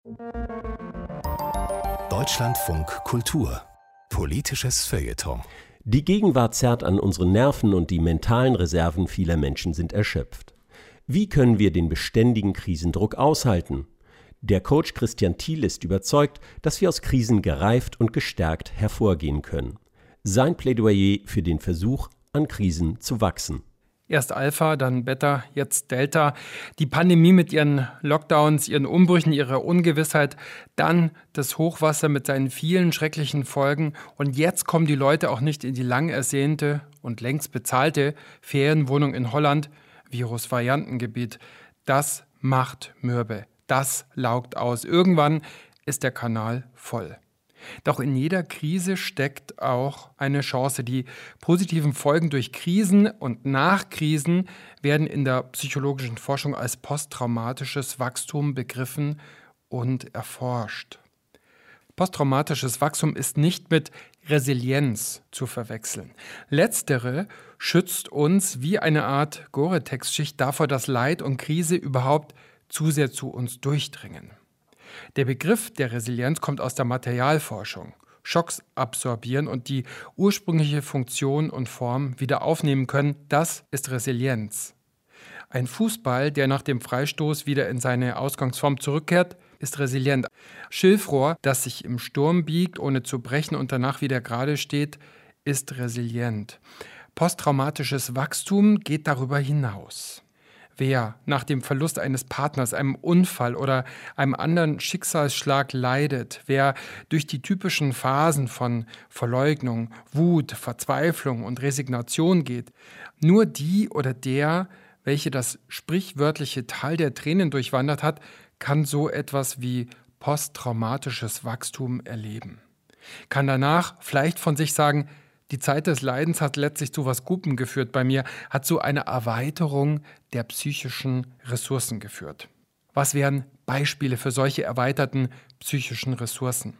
Deutschlandfunk Kultur. Politisches Feuilleton. Die Gegenwart zerrt an unseren Nerven und die mentalen Reserven vieler Menschen sind erschöpft. Wie können wir den beständigen Krisendruck aushalten? Der Coach Christian Thiel ist überzeugt, dass wir aus Krisen gereift und gestärkt hervorgehen können. Sein Plädoyer für den Versuch, an Krisen zu wachsen. Erst Alpha, dann Beta, jetzt Delta. Die Pandemie mit ihren Lockdowns, ihren Umbrüchen, ihrer Ungewissheit. Dann das Hochwasser mit seinen vielen schrecklichen Folgen. Und jetzt kommen die Leute auch nicht in die lang ersehnte und längst bezahlte Ferienwohnung in Holland. Virusvariantengebiet. Das macht mürbe. Das laugt aus. Irgendwann ist der Kanal voll. Doch in jeder Krise steckt auch eine Chance. Die positiven Folgen durch Krisen und nach Krisen werden in der psychologischen Forschung als posttraumatisches Wachstum begriffen und erforscht. Posttraumatisches Wachstum ist nicht mit Resilienz zu verwechseln. Letztere schützt uns wie eine Art Gore-Tex-Schicht davor, dass Leid und Krise überhaupt zu sehr zu uns durchdringen. Der Begriff der Resilienz kommt aus der Materialforschung. Schocks absorbieren und die ursprüngliche Funktion und Form wieder aufnehmen können, das ist Resilienz. Ein Fußball, der nach dem Freistoß wieder in seine Ausgangsform zurückkehrt, ist resilient. Schilfrohr, das sich im Sturm biegt, ohne zu brechen und danach wieder gerade steht, ist resilient. Posttraumatisches Wachstum geht darüber hinaus. Wer nach dem Verlust eines Partners, einem Unfall oder einem anderen Schicksalsschlag leidet, wer durch die typischen Phasen von Verleugnung, Wut, Verzweiflung und Resignation geht, nur die oder der, welche das sprichwörtliche Tal der Tränen durchwandert hat, kann so etwas wie posttraumatisches Wachstum erleben. Kann danach vielleicht von sich sagen, die Zeit des Leidens hat letztlich zu was Gutem geführt bei mir, hat zu einer Erweiterung der psychischen Ressourcen geführt. Was wären Beispiele für solche erweiterten psychischen Ressourcen?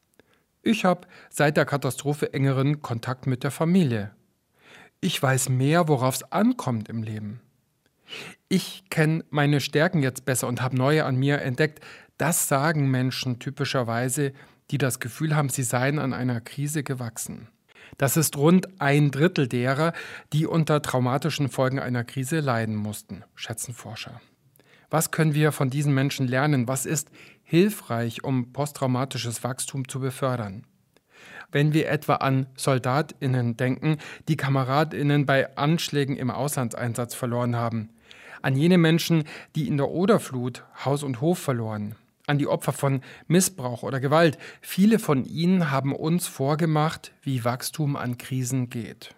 Ich habe seit der Katastrophe engeren Kontakt mit der Familie. Ich weiß mehr, worauf es ankommt im Leben. Ich kenne meine Stärken jetzt besser und habe neue an mir entdeckt. Das sagen Menschen typischerweise, die das Gefühl haben, sie seien an einer Krise gewachsen. Das ist rund 1/3 derer, die unter traumatischen Folgen einer Krise leiden mussten, schätzen Forscher. Was können wir von diesen Menschen lernen? Was ist hilfreich, um posttraumatisches Wachstum zu befördern? Wenn wir etwa an SoldatInnen denken, die KameradInnen bei Anschlägen im Auslandseinsatz verloren haben, an jene Menschen, die in der Oderflut Haus und Hof verloren, an die Opfer von Missbrauch oder Gewalt. Viele von ihnen haben uns vorgemacht, wie Wachstum an Krisen geht.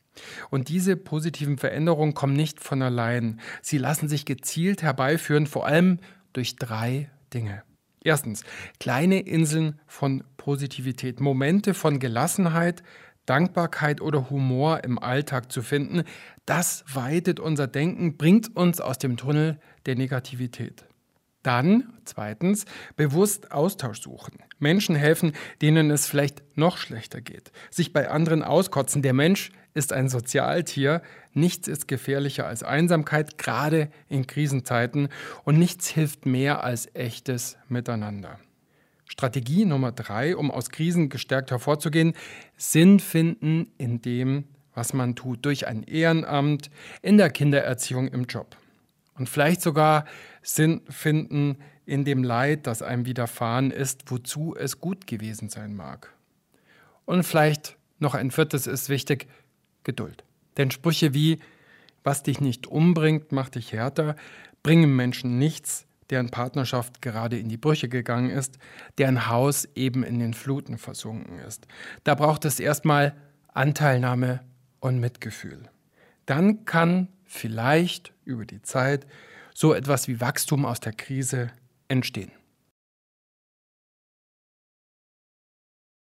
Und diese positiven Veränderungen kommen nicht von allein. Sie lassen sich gezielt herbeiführen, vor allem durch 3 Dinge. Erstens, kleine Inseln von Positivität, Momente von Gelassenheit, Dankbarkeit oder Humor im Alltag zu finden. Das weitet unser Denken, bringt uns aus dem Tunnel der Negativität. Dann, zweitens, bewusst Austausch suchen. Menschen helfen, denen es vielleicht noch schlechter geht. Sich bei anderen auskotzen. Der Mensch ist ein Sozialtier. Nichts ist gefährlicher als Einsamkeit, gerade in Krisenzeiten. Und nichts hilft mehr als echtes Miteinander. Strategie Nummer 3, um aus Krisen gestärkt hervorzugehen: Sinn finden in dem, was man tut. Durch ein Ehrenamt, in der Kindererziehung, im Job. Und vielleicht sogar Sinn finden in dem Leid, das einem widerfahren ist, wozu es gut gewesen sein mag. Und vielleicht noch ein 4. ist wichtig: Geduld. Denn Sprüche wie „Was dich nicht umbringt, macht dich härter" bringen Menschen nichts, deren Partnerschaft gerade in die Brüche gegangen ist, deren Haus eben in den Fluten versunken ist. Da braucht es erstmal Anteilnahme und Mitgefühl. Dann kann vielleicht über die Zeit so etwas wie Wachstum aus der Krise entstehen.